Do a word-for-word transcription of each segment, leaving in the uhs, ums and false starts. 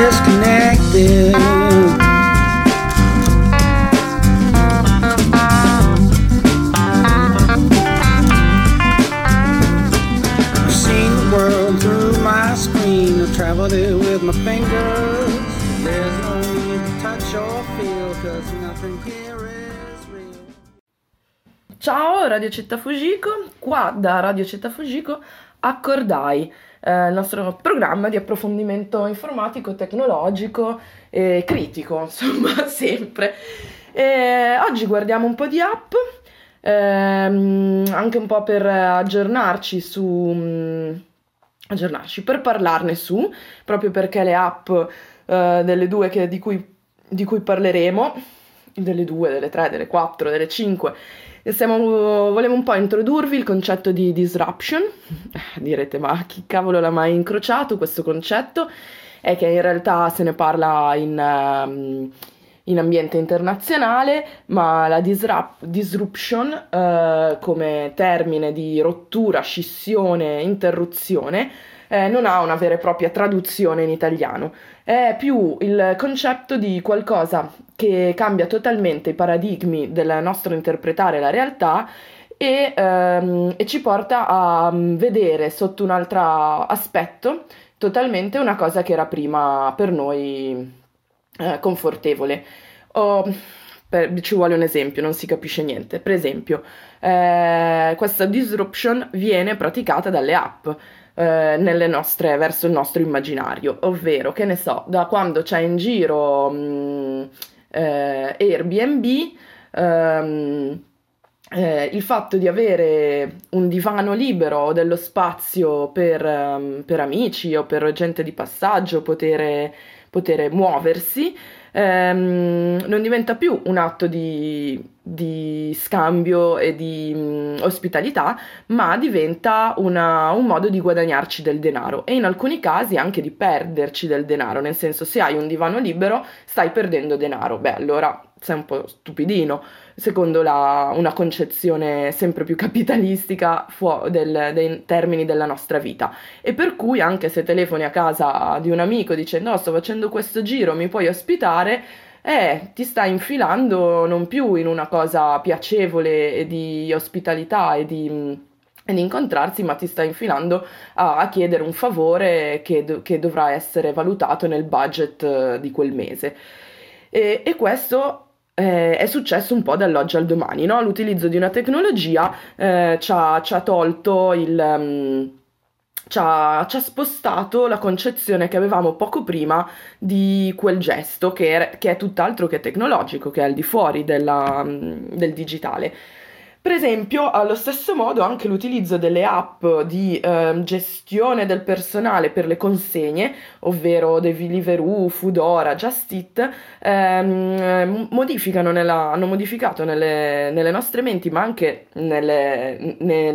disconnected. I've seen the world through my screen. I've traveled it with my fingers. There's no need to touch or feel, cause nothing here is real. Ciao Radio Città Fujiko, qua da Radio Città Fujiko Accordai, eh, il nostro programma di approfondimento informatico, tecnologico e critico, insomma, sempre. E oggi guardiamo un po' di app, ehm, anche un po' per aggiornarci su... mh, aggiornarci, per parlarne su, proprio perché le app eh, delle due che, di, cui, di cui parleremo, delle due, delle tre, delle quattro, delle cinque, Stiamo, volevo un po' introdurvi il concetto di disruption. Direte, ma chi cavolo l'ha mai incrociato questo concetto? È che in realtà se ne parla in, um, in ambiente internazionale, ma la disrup- disruption uh, come termine di rottura, scissione, interruzione, eh, non ha una vera e propria traduzione in italiano. È più il concetto di qualcosa che cambia totalmente i paradigmi del nostro interpretare la realtà e, ehm, e ci porta a vedere sotto un altro aspetto totalmente una cosa che era prima per noi eh, confortevole. O, per, ci vuole un esempio, non si capisce niente. Per esempio, eh, questa disruption viene praticata dalle app. Eh, nelle nostre, verso il nostro immaginario, ovvero, che ne so, da quando c'è in giro mh, eh, Airbnb, ehm, eh, il fatto di avere un divano libero o dello spazio per, um, per amici o per gente di passaggio, poter, poter muoversi, ehm, non diventa più un atto di, di scambio e di mh, ospitalità, ma diventa una, un modo di guadagnarci del denaro e in alcuni casi anche di perderci del denaro, nel senso, se hai un divano libero stai perdendo denaro, beh allora sei un po' stupidino, secondo la, una concezione sempre più capitalistica fu- del, dei termini della nostra vita, e per cui anche se telefoni a casa di un amico dicendo: oh, sto facendo questo giro, mi puoi ospitare? Eh, ti stai infilando non più in una cosa piacevole e di ospitalità e di, e di incontrarsi, ma ti stai infilando a, a chiedere un favore che, do, che dovrà essere valutato nel budget eh, di quel mese. E, e questo eh, è successo un po' dall'oggi al domani, no? L'utilizzo di una tecnologia eh, ci ha, ci ha tolto il... Um, Ci ha, ci ha spostato la concezione che avevamo poco prima di quel gesto che è, che è tutt'altro che tecnologico, che è al di fuori della, del digitale. Per esempio, allo stesso modo anche l'utilizzo delle app di eh, gestione del personale per le consegne, ovvero Deliveroo, Foodora, Just Eat, ehm, modificano nella, hanno modificato nelle, nelle nostre menti, ma anche nelle,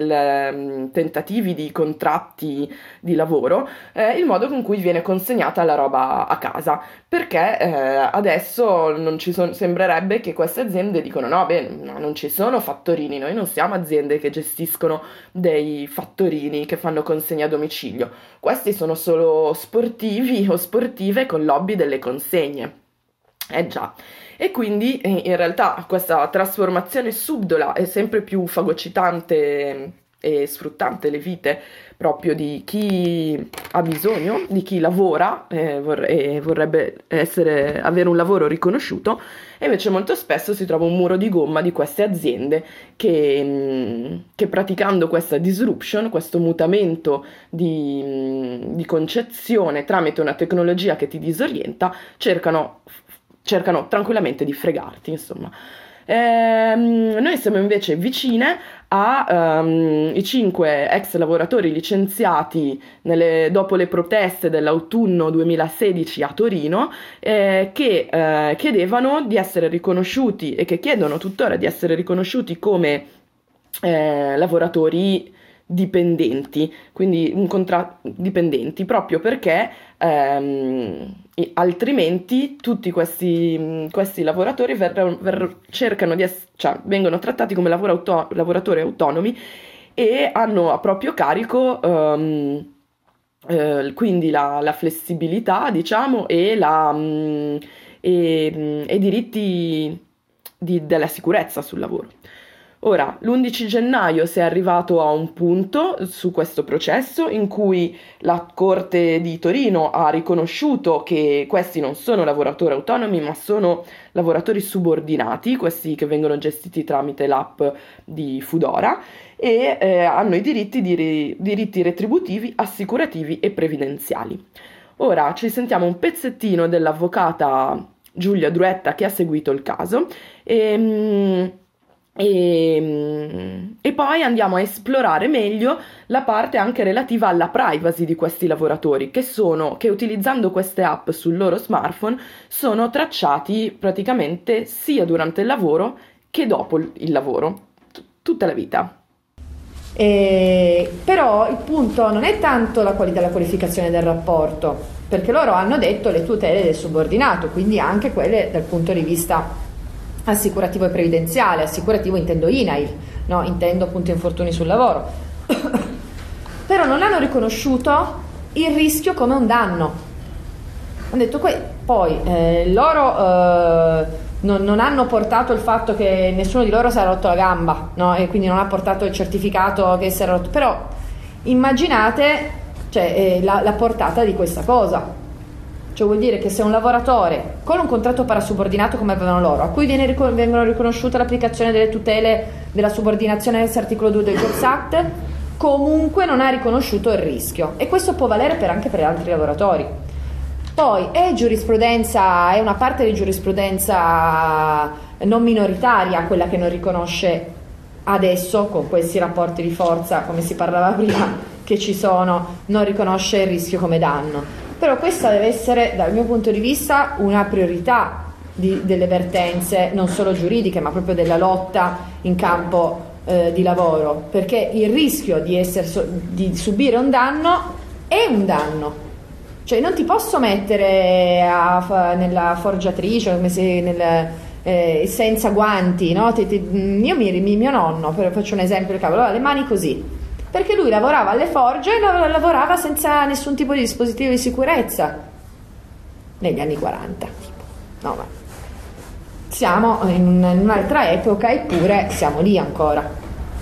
nel tentativi di contratti di lavoro, eh, il modo con cui viene consegnata la roba a casa, perché eh, adesso non ci son, sembrerebbe che queste aziende dicono: no, beh, no, non ci sono fattorini, noi non siamo aziende che gestiscono dei fattorini che fanno consegne a domicilio, questi sono solo sportivi o sportive con l'hobby delle consegne. Eh già. E quindi in realtà questa trasformazione subdola e sempre più fagocitante e sfruttante le vite proprio di chi ha bisogno, di chi lavora eh, vor- e vorrebbe essere, avere un lavoro riconosciuto, e invece molto spesso si trova un muro di gomma di queste aziende che, mh, che praticando questa disruption, questo mutamento di, mh, di concezione tramite una tecnologia che ti disorienta, cercano, cercano tranquillamente di fregarti, insomma. Ehm, noi siamo invece vicine ai um, cinque ex lavoratori licenziati nelle, dopo le proteste dell'autunno duemilasedici a Torino, eh, che eh, chiedevano di essere riconosciuti e che chiedono tuttora di essere riconosciuti come eh, lavoratori dipendenti, quindi un contratto dipendenti, proprio perché ehm, altrimenti tutti questi, questi lavoratori ver, ver, cercano di ess- cioè, vengono trattati come lavoro auto- lavoratori autonomi e hanno a proprio carico um, eh, quindi la, la flessibilità, diciamo, e, la, mh, e, mh, e i diritti di- della sicurezza sul lavoro. Ora, l'undici gennaio si è arrivato a un punto su questo processo in cui la Corte di Torino ha riconosciuto che questi non sono lavoratori autonomi, ma sono lavoratori subordinati, questi che vengono gestiti tramite l'app di Foodora, e eh, hanno i diritti, di ri- diritti retributivi, assicurativi e previdenziali. Ora ci sentiamo un pezzettino dell'avvocata Giulia Druetta che ha seguito il caso e, mm, e, e poi andiamo a esplorare meglio la parte anche relativa alla privacy di questi lavoratori che sono, che utilizzando queste app sul loro smartphone sono tracciati praticamente sia durante il lavoro che dopo il lavoro, t- tutta la vita. E, però il punto non è tanto la qualità della qualificazione del rapporto, perché loro hanno detto le tutele del subordinato, quindi anche quelle dal punto di vista assicurativo e previdenziale. Assicurativo intendo I N A I L, no? Intendo appunto infortuni sul lavoro. Però non hanno riconosciuto il rischio come un danno. Hanno detto que- poi eh, loro eh, non, non hanno portato il fatto che nessuno di loro si era rotto la gamba, no? E quindi non ha portato il certificato che si era rotto. Però immaginate, cioè, eh, la, la portata di questa cosa. Cioè vuol dire che se un lavoratore con un contratto parasubordinato come avevano loro, a cui viene ricon- vengono riconosciute l'applicazione delle tutele della subordinazione ex articolo due del Jobs Act, comunque non ha riconosciuto il rischio, e questo può valere per anche per altri lavoratori. Poi è giurisprudenza, è una parte di giurisprudenza non minoritaria quella che non riconosce adesso, con questi rapporti di forza, come si parlava prima, che ci sono, non riconosce il rischio come danno. Però questa deve essere, dal mio punto di vista, una priorità di, delle vertenze, non solo giuridiche, ma proprio della lotta in campo eh, di lavoro, perché il rischio di, essere, di subire un danno è un danno. Cioè non ti posso mettere a, nella forgiatrice, come se nel, eh, senza guanti, no? Ti, ti, io mi, mi, mio nonno, per, faccio un esempio, cavolo, aveva le mani così, perché lui lavorava alle forge e lavorava senza nessun tipo di dispositivo di sicurezza negli anni quaranta, tipo. No, ma siamo in, un, in un'altra epoca, eppure siamo lì ancora.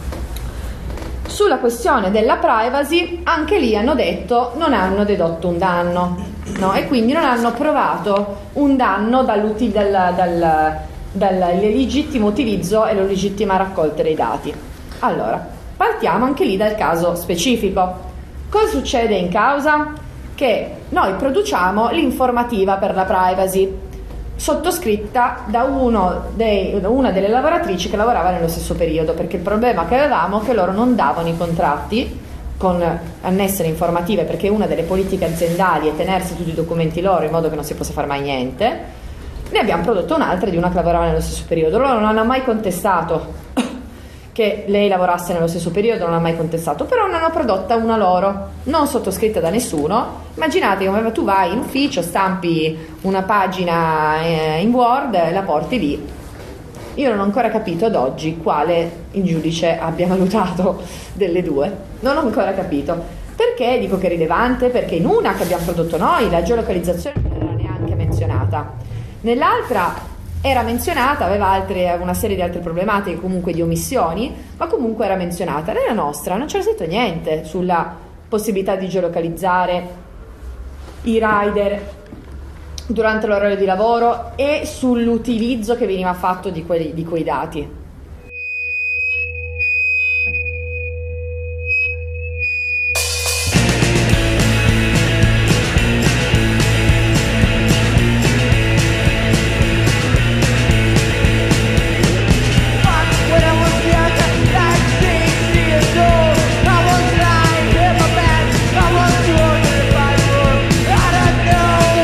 Sulla questione della privacy, anche lì hanno detto non hanno dedotto un danno, no? E quindi non hanno provato un danno dal, dal, dal, dal legittimo utilizzo e la legittima raccolta dei dati. Allora, partiamo anche lì dal caso specifico. Cosa succede in causa? Che noi produciamo l'informativa per la privacy, sottoscritta da, uno dei, da una delle lavoratrici che lavorava nello stesso periodo, perché il problema che avevamo è che loro non davano i contratti con annesse le informative, perché una delle politiche aziendali è tenersi tutti i documenti loro in modo che non si possa fare mai niente. Ne abbiamo prodotto un'altra di una che lavorava nello stesso periodo. Loro non hanno mai contestato che lei lavorasse nello stesso periodo, non ha mai contestato, però ne hanno prodotta una loro, non sottoscritta da nessuno. Immaginate come tu vai in ufficio, stampi una pagina in Word e la porti lì. Io non ho ancora capito ad oggi quale il giudice abbia valutato delle due, non ho ancora capito. Perché dico che è rilevante? Perché in una che abbiamo prodotto noi la geolocalizzazione non era neanche menzionata, nell'altra era menzionata, aveva altre, una serie di altre problematiche, comunque di omissioni, ma comunque era menzionata. Nella nostra non c'era scritto niente sulla possibilità di geolocalizzare i rider durante l'orario di lavoro e sull'utilizzo che veniva fatto di, quelli, di quei dati.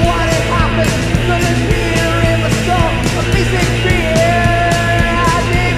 I think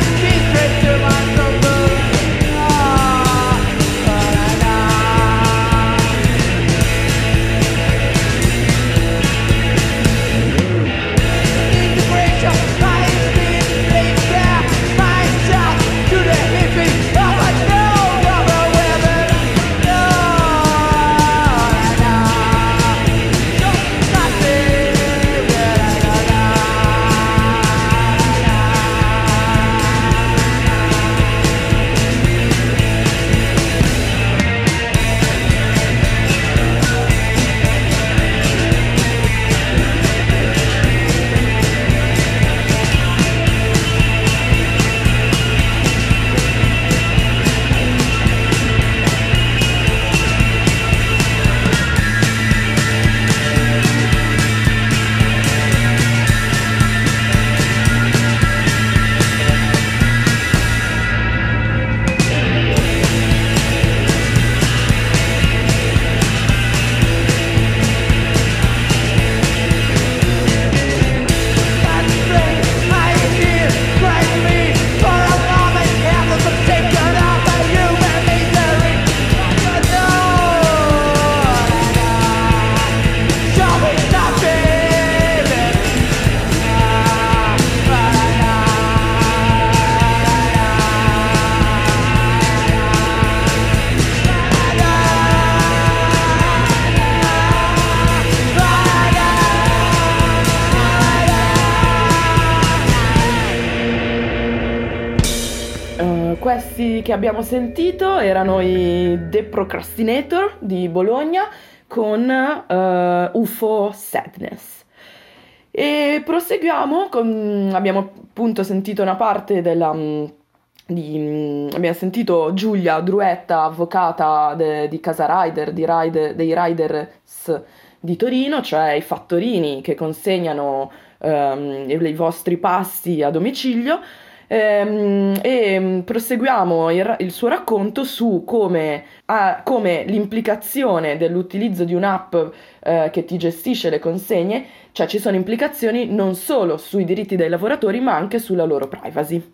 artisti che abbiamo sentito erano i The Procrastinator di Bologna con uh, U F O Sadness. E proseguiamo con, abbiamo appunto sentito una parte della, di, abbiamo sentito Giulia Druetta, avvocata de, di Casa Rider, di Rider, dei Riders di Torino, cioè i fattorini che consegnano um, i vostri pasti a domicilio. Ehm, e proseguiamo il, il suo racconto su come, ah, come l'implicazione dell'utilizzo di un'app eh, che ti gestisce le consegne, cioè ci sono implicazioni non solo sui diritti dei lavoratori ma anche sulla loro privacy.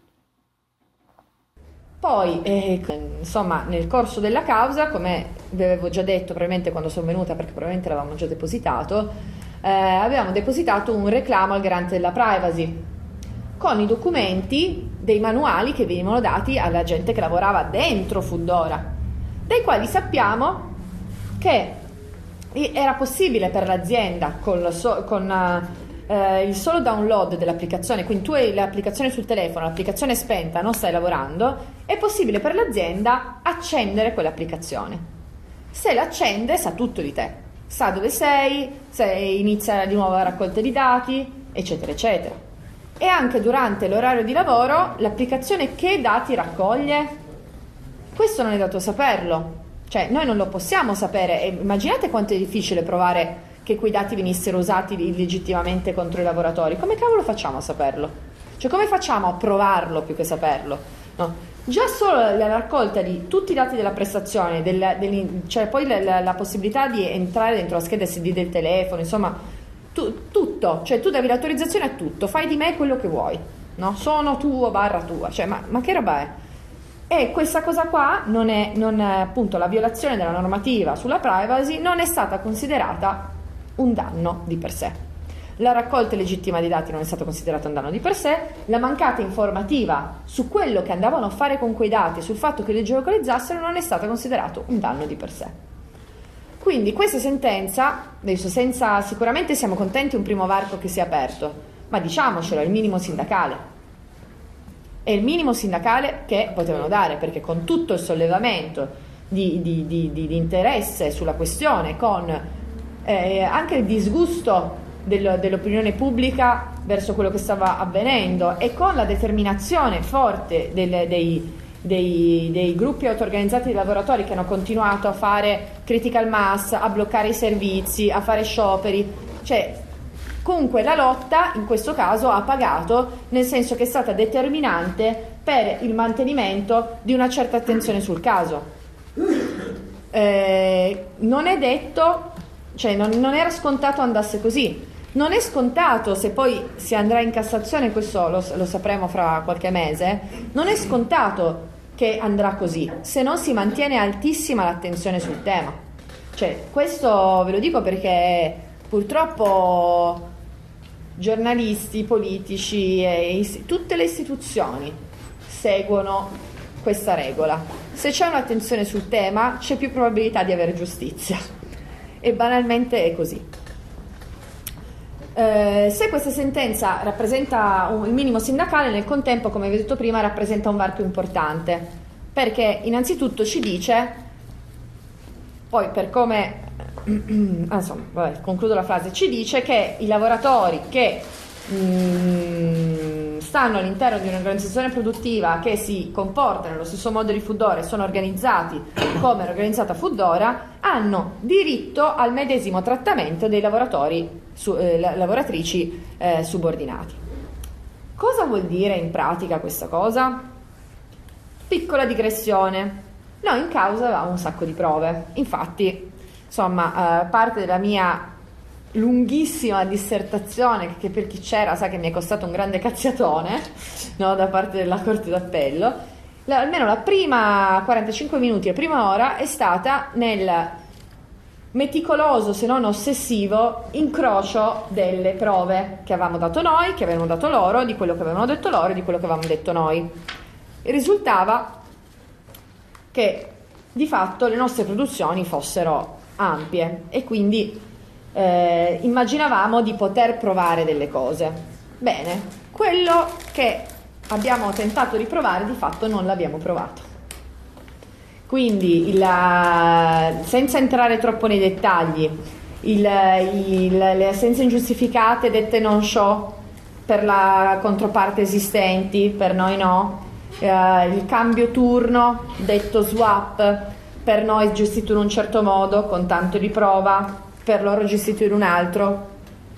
Poi, eh, insomma, nel corso della causa, come vi avevo già detto probabilmente quando sono venuta, perché probabilmente l'avevamo già depositato, eh, avevamo depositato un reclamo al garante della privacy con i documenti dei manuali che venivano dati alla gente che lavorava dentro Foodora, dai quali sappiamo che era possibile per l'azienda con, lo so, con eh, il solo download dell'applicazione, quindi tu hai l'applicazione sul telefono, l'applicazione è spenta, non stai lavorando, è possibile per l'azienda accendere quell'applicazione. Se l'accende sa tutto di te, sa dove sei, se inizia di nuovo la raccolta di dati, eccetera eccetera. E anche durante l'orario di lavoro l'applicazione che dati raccoglie? Questo non è dato saperlo, cioè noi non lo possiamo sapere. E immaginate quanto è difficile provare che quei dati venissero usati illegittimamente contro i lavoratori. Come cavolo facciamo a saperlo? Cioè come facciamo a provarlo più che saperlo? No? Già solo la raccolta di tutti i dati della prestazione, del, del, cioè poi la, la, la possibilità di entrare dentro la scheda S D del telefono, insomma Tu, tutto, cioè tu davi l'autorizzazione a tutto, fai di me quello che vuoi, no? Sono tuo barra tua, cioè ma, ma che roba è? E questa cosa qua non è, non è, appunto, la violazione della normativa sulla privacy non è stata considerata un danno di per sé. La raccolta legittima dei dati non è stata considerata un danno di per sé, la mancata informativa su quello che andavano a fare con quei dati, sul fatto che li geolocalizzassero, non è stata considerato un danno di per sé. Quindi questa sentenza, adesso senza, sicuramente siamo contenti un primo varco che sia aperto, ma diciamocelo, è il minimo sindacale. È il minimo sindacale che potevano dare, perché con tutto il sollevamento di, di, di, di, di interesse sulla questione, con eh, anche il disgusto del, dell'opinione pubblica verso quello che stava avvenendo e con la determinazione forte del, dei Dei, dei gruppi auto-organizzati di lavoratori che hanno continuato a fare critical mass, a bloccare i servizi, a fare scioperi, cioè comunque la lotta in questo caso ha pagato, nel senso che è stata determinante per il mantenimento di una certa attenzione sul caso. Eh, non è detto, cioè non, non era scontato andasse così. Non è scontato, se poi si andrà in Cassazione, questo lo, lo sapremo fra qualche mese, non è scontato che andrà così, se non si mantiene altissima l'attenzione sul tema. Cioè, questo ve lo dico perché purtroppo giornalisti, politici e is- tutte le istituzioni seguono questa regola. Se c'è un'attenzione sul tema, c'è più probabilità di avere giustizia. E banalmente è così. Eh, se questa sentenza rappresenta un, il minimo sindacale, nel contempo, come vi ho detto prima, rappresenta un varco importante, perché innanzitutto ci dice, poi per come ah, insomma, vabbè, concludo la frase, ci dice che i lavoratori che mh, stanno all'interno di un'organizzazione produttiva che si comporta nello stesso modo di Foodora e sono organizzati come è organizzata Foodora, hanno diritto al medesimo trattamento dei lavoratori su, eh, lavoratrici eh, subordinati. Cosa vuol dire in pratica questa cosa? Piccola digressione. Noi in causa avevamo un sacco di prove, infatti insomma eh, parte della mia lunghissima dissertazione, che per chi c'era sa che mi è costato un grande cazziatone, no, da parte della Corte d'Appello, la, almeno la prima quarantacinque minuti, la prima ora è stata nel meticoloso, se non ossessivo, incrocio delle prove che avevamo dato noi, che avevano dato loro, di quello che avevano detto loro e di quello che avevamo detto noi. E risultava che di fatto le nostre produzioni fossero ampie e quindi eh, immaginavamo di poter provare delle cose. Bene, quello che abbiamo tentato di provare di fatto non l'abbiamo provato. Quindi il, senza entrare troppo nei dettagli, il, il, le assenze ingiustificate dette non show per la controparte esistenti, per noi no, eh, il cambio turno detto swap per noi gestito in un certo modo con tanto di prova, per loro gestito in un altro,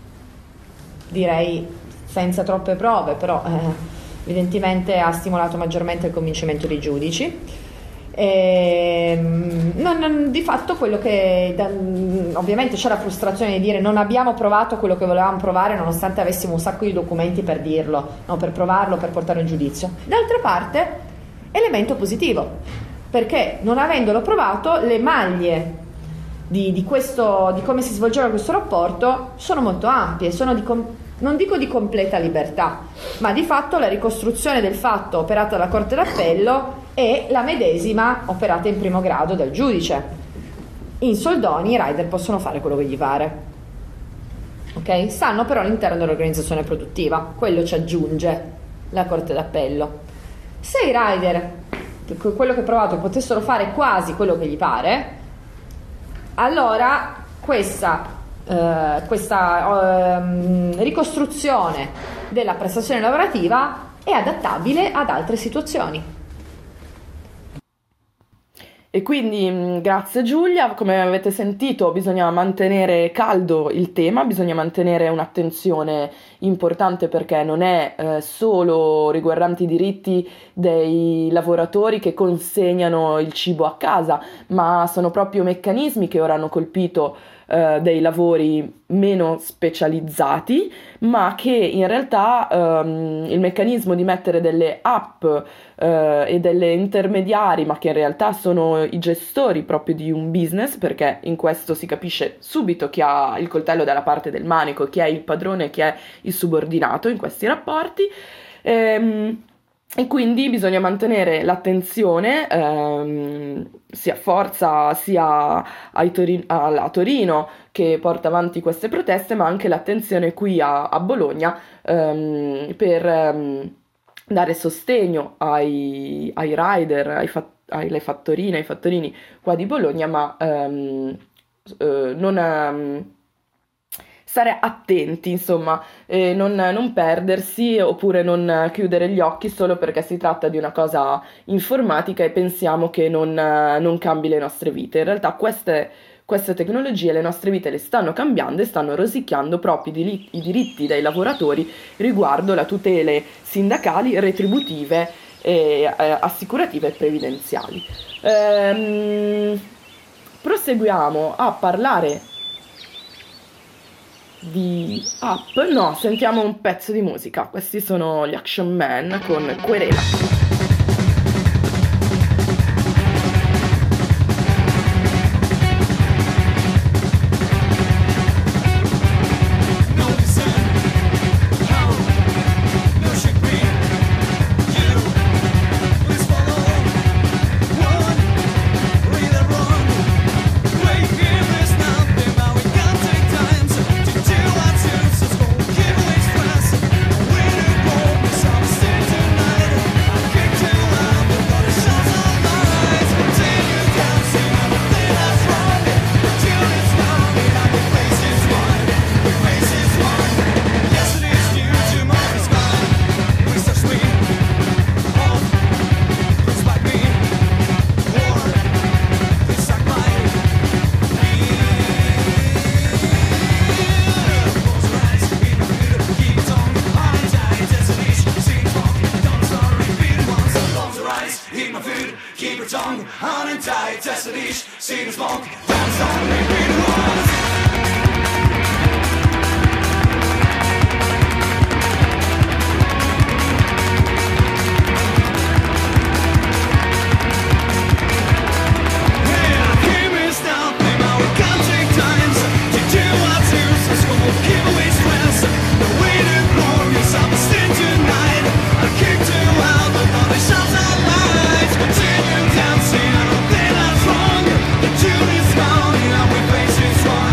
direi senza troppe prove, però eh, evidentemente ha stimolato maggiormente il convincimento dei giudici. E, non, non, di fatto quello che da, ovviamente c'è la frustrazione di dire non abbiamo provato quello che volevamo provare nonostante avessimo un sacco di documenti per dirlo, no, per provarlo, per portarlo in giudizio. D'altra parte elemento positivo, perché non avendolo provato le maglie di, di, questo, di come si svolgeva questo rapporto sono molto ampie, sono di com- non dico di completa libertà, ma di fatto la ricostruzione del fatto operata dalla Corte d'Appello è la medesima operata in primo grado dal giudice. In soldoni i rider possono fare quello che gli pare, ok? Stanno però all'interno dell'organizzazione produttiva, quello ci aggiunge la Corte d'Appello. Se i rider, quello che ho provato, potessero fare quasi quello che gli pare, allora questa Uh, questa uh, ricostruzione della prestazione lavorativa è adattabile ad altre situazioni. E quindi grazie Giulia, come avete sentito bisogna mantenere caldo il tema, bisogna mantenere un'attenzione importante perché non è eh, solo riguardante i diritti dei lavoratori che consegnano il cibo a casa, ma sono proprio meccanismi che ora hanno colpito Uh, dei lavori meno specializzati, ma che in realtà um, il meccanismo di mettere delle app uh, e delle intermediari, ma che in realtà sono i gestori proprio di un business, perché in questo si capisce subito chi ha il coltello dalla parte del manico, chi è il padrone e chi è il subordinato in questi rapporti. Ehm, E quindi bisogna mantenere l'attenzione ehm, sia a Forza sia ai Tori- a Torino che porta avanti queste proteste, ma anche l'attenzione qui a, a Bologna ehm, per ehm, dare sostegno ai, ai rider, ai fat- alle fattorine, ai fattorini qua di Bologna, ma ehm, eh, non... Ehm, stare attenti, insomma, eh, non, non perdersi oppure non chiudere gli occhi solo perché si tratta di una cosa informatica e pensiamo che non, non cambi le nostre vite. In realtà queste, queste tecnologie le nostre vite le stanno cambiando e stanno rosicchiando proprio i, dili- i diritti dei lavoratori riguardo le tutele sindacali, retributive, e, eh, assicurative e previdenziali. Ehm, proseguiamo a parlare di app, no, sentiamo un pezzo di musica. Questi sono gli Action Man con Querela. Continue dancing, I don't think that's wrong. The tune is gone, now we face it strong.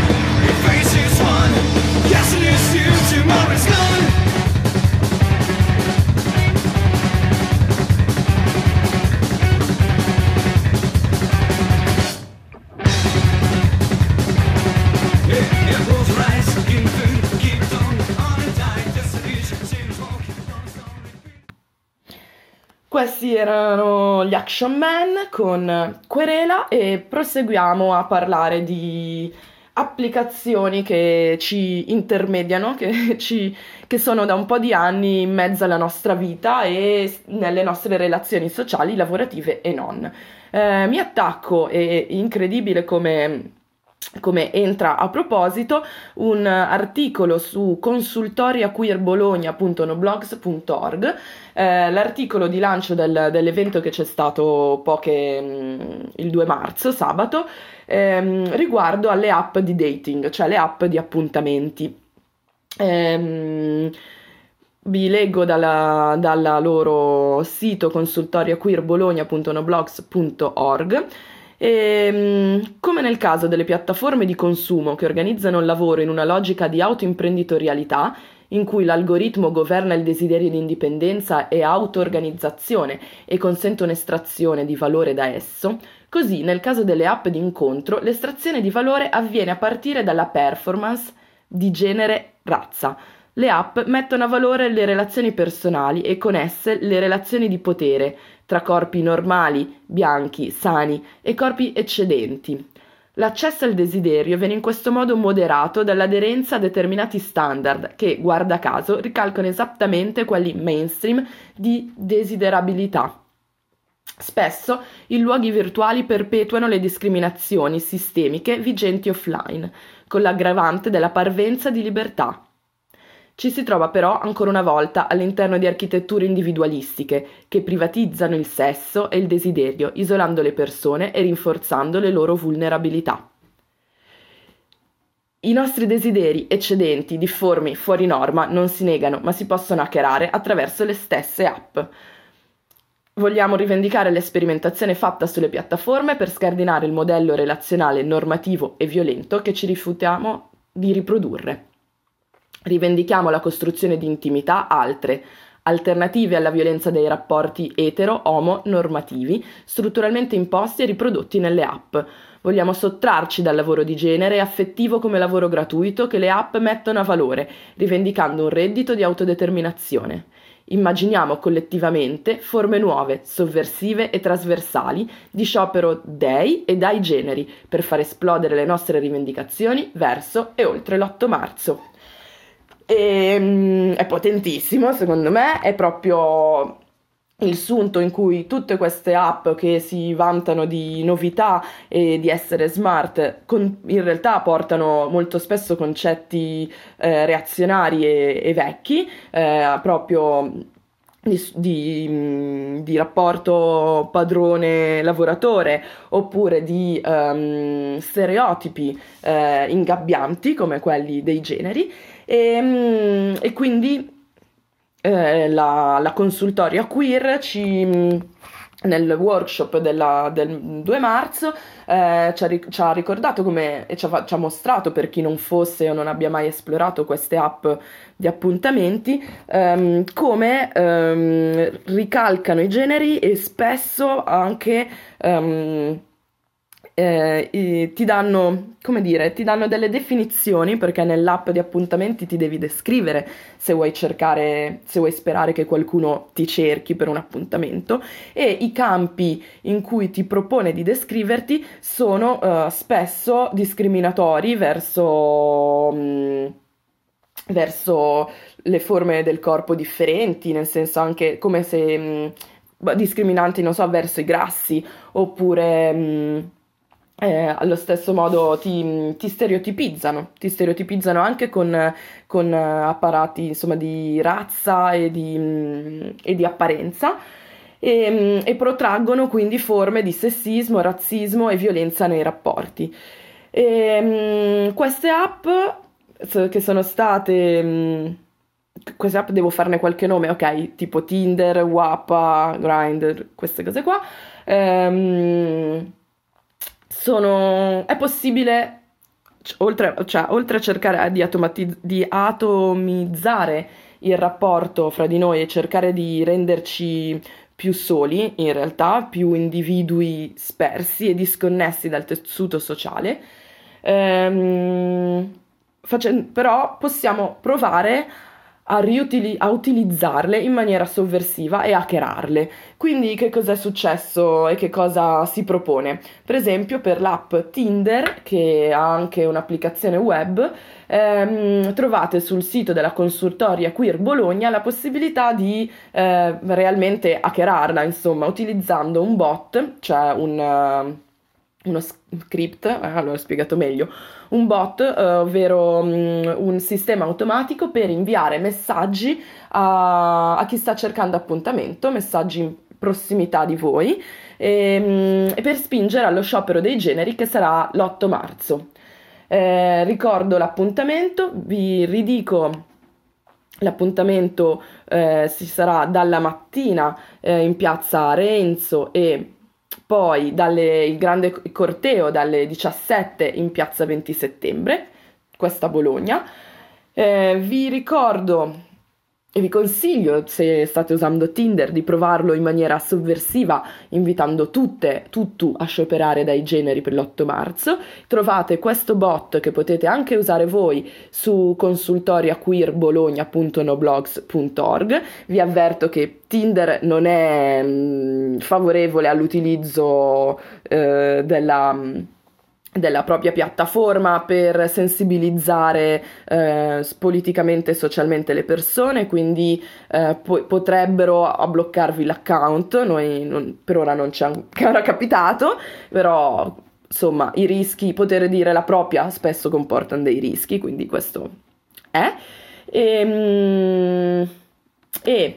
questi erano gli Action Man con Querela e proseguiamo a parlare di applicazioni che ci intermediano, che, ci, che sono da un po' di anni in mezzo alla nostra vita e nelle nostre relazioni sociali, lavorative e non. Eh, mi attacco, è incredibile come... come entra a proposito un articolo su consultoriaqueerbologna punto noblogs punto org, eh, l'articolo di lancio del, dell'evento che c'è stato poche, mh, il due marzo, sabato, ehm, riguardo alle app di dating, cioè le app di appuntamenti. Ehm, vi leggo dalla, dalla loro sito consultoriaqueerbologna punto noblogs punto org. E, come nel caso delle piattaforme di consumo che organizzano il lavoro in una logica di autoimprenditorialità, in cui l'algoritmo governa il desiderio di indipendenza e auto-organizzazione e consente un'estrazione di valore da esso, così nel caso delle app di incontro l'estrazione di valore avviene a partire dalla performance di genere-razza. Le app mettono a valore le relazioni personali e con esse le relazioni di potere tra corpi normali, bianchi, sani e corpi eccedenti. L'accesso al desiderio viene in questo modo moderato dall'aderenza a determinati standard che, guarda caso, ricalcano esattamente quelli mainstream di desiderabilità. Spesso i luoghi virtuali perpetuano le discriminazioni sistemiche vigenti offline, con l'aggravante della parvenza di libertà. Ci si trova però ancora una volta all'interno di architetture individualistiche che privatizzano il sesso e il desiderio, isolando le persone e rinforzando le loro vulnerabilità. I nostri desideri eccedenti, difformi, fuori norma non si negano, ma si possono hackerare attraverso le stesse app. Vogliamo rivendicare l'esperimentazione fatta sulle piattaforme per scardinare il modello relazionale normativo e violento che ci rifiutiamo di riprodurre. Rivendichiamo la costruzione di intimità altre, alternative alla violenza dei rapporti etero-omo-normativi, strutturalmente imposti e riprodotti nelle app. Vogliamo sottrarci dal lavoro di genere e affettivo come lavoro gratuito che le app mettono a valore, rivendicando un reddito di autodeterminazione. Immaginiamo collettivamente forme nuove, sovversive e trasversali di sciopero dei e dai generi per far esplodere le nostre rivendicazioni verso e oltre l'otto marzo. E, um, è potentissimo, secondo me, è proprio il sunto in cui tutte queste app che si vantano di novità e di essere smart con, in realtà portano molto spesso concetti eh, reazionari e, e vecchi, eh, proprio di, di, di rapporto padrone-lavoratore oppure di um, stereotipi eh, ingabbianti come quelli dei generi. E, e quindi eh, la, la consultoria queer ci, nel workshop della, del due marzo eh, ci, ha, ci ha ricordato come, e ci ha, ci ha mostrato, per chi non fosse o non abbia mai esplorato queste app di appuntamenti, ehm, come ehm, ricalcano i generi e spesso anche ehm, Eh, ti danno, come dire, ti danno delle definizioni, perché nell'app di appuntamenti ti devi descrivere se vuoi cercare, se vuoi sperare che qualcuno ti cerchi per un appuntamento, e i campi in cui ti propone di descriverti sono uh, spesso discriminatori verso, mh, verso le forme del corpo differenti, nel senso anche come se mh, discriminanti, non so, verso i grassi, oppure mh, Eh, allo stesso modo ti, ti stereotipizzano, ti stereotipizzano anche con, con apparati, insomma, di razza e di, e di apparenza e, e protraggono quindi forme di sessismo, razzismo e violenza nei rapporti. E, queste app che sono state... queste app devo farne qualche nome, ok, tipo Tinder, Wappa, Grindr, queste cose qua. Ehm... Sono, è possibile, oltre, cioè, oltre a cercare di, automatiz- di atomizzare il rapporto fra di noi e cercare di renderci più soli, in realtà, più individui spersi e disconnessi dal tessuto sociale, ehm, face- però possiamo provare a, riutili- a utilizzarle in maniera sovversiva e hackerarle. Quindi che cosa è successo e che cosa si propone? Per esempio per l'app Tinder, che ha anche un'applicazione web, ehm, trovate sul sito della consultoria Queer Bologna la possibilità di eh, realmente hackerarla, insomma, utilizzando un bot, cioè un... eh, uno script, eh, allora ho spiegato meglio, un bot, eh, ovvero um, un sistema automatico per inviare messaggi a, a chi sta cercando appuntamento, messaggi in prossimità di voi, e, e per spingere allo sciopero dei generi che sarà l'otto marzo. Eh, ricordo l'appuntamento, vi ridico l'appuntamento, eh, si sarà dalla mattina eh, in piazza Renzo e poi dalle, il grande corteo dalle diciassette in piazza venti settembre, questa Bologna. Eh, vi ricordo e vi consiglio, se state usando Tinder, di provarlo in maniera sovversiva, invitando tutte, tutto a scioperare dai generi per l'otto marzo. Trovate questo bot che potete anche usare voi su consultoria queer bologna punto noblogs punto org. Vi avverto che Tinder non è mh, favorevole all'utilizzo eh, della... Mh, della propria piattaforma per sensibilizzare eh, politicamente e socialmente le persone, quindi eh, po- potrebbero bloccarvi l'account. Noi non, per ora non ci è ancora capitato, però insomma i rischi, poter dire la propria spesso comportano dei rischi, quindi questo è. E, mm, e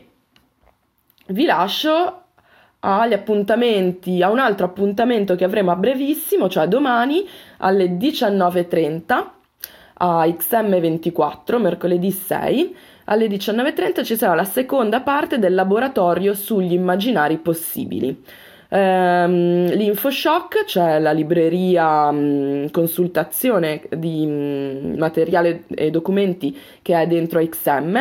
vi lascio agli appuntamenti, a un altro appuntamento che avremo a brevissimo, cioè domani alle diciannove e trenta a X M ventiquattro, mercoledì sei, alle diciannove e trenta ci sarà la seconda parte del laboratorio sugli immaginari possibili. Um, L'InfoShock, cioè la libreria um, consultazione di um, materiale e documenti che è dentro X M,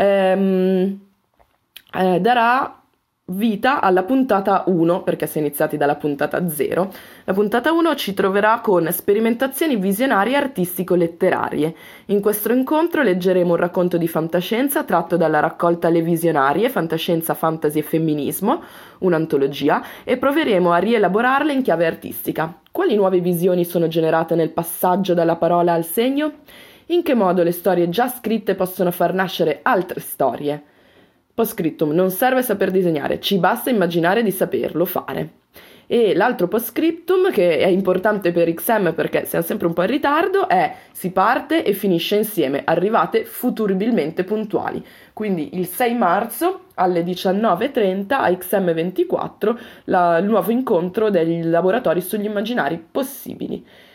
um, eh, darà vita alla puntata uno, perché si è iniziati dalla puntata zero. La puntata uno ci troverà con sperimentazioni visionarie artistico-letterarie. In questo incontro leggeremo un racconto di fantascienza tratto dalla raccolta Le Visionarie, fantascienza, fantasy e femminismo, un'antologia, e proveremo a rielaborarle in chiave artistica. Quali nuove visioni sono generate nel passaggio dalla parola al segno? In che modo le storie già scritte possono far nascere altre storie? Postscriptum: non serve saper disegnare, ci basta immaginare di saperlo fare. E l'altro postscriptum, che è importante per X M perché siamo sempre un po' in ritardo, è: si parte e finisce insieme, arrivate futuribilmente puntuali. Quindi il sei marzo alle diciannove e trenta a X M ventiquattro la, il nuovo incontro dei laboratori sugli immaginari possibili.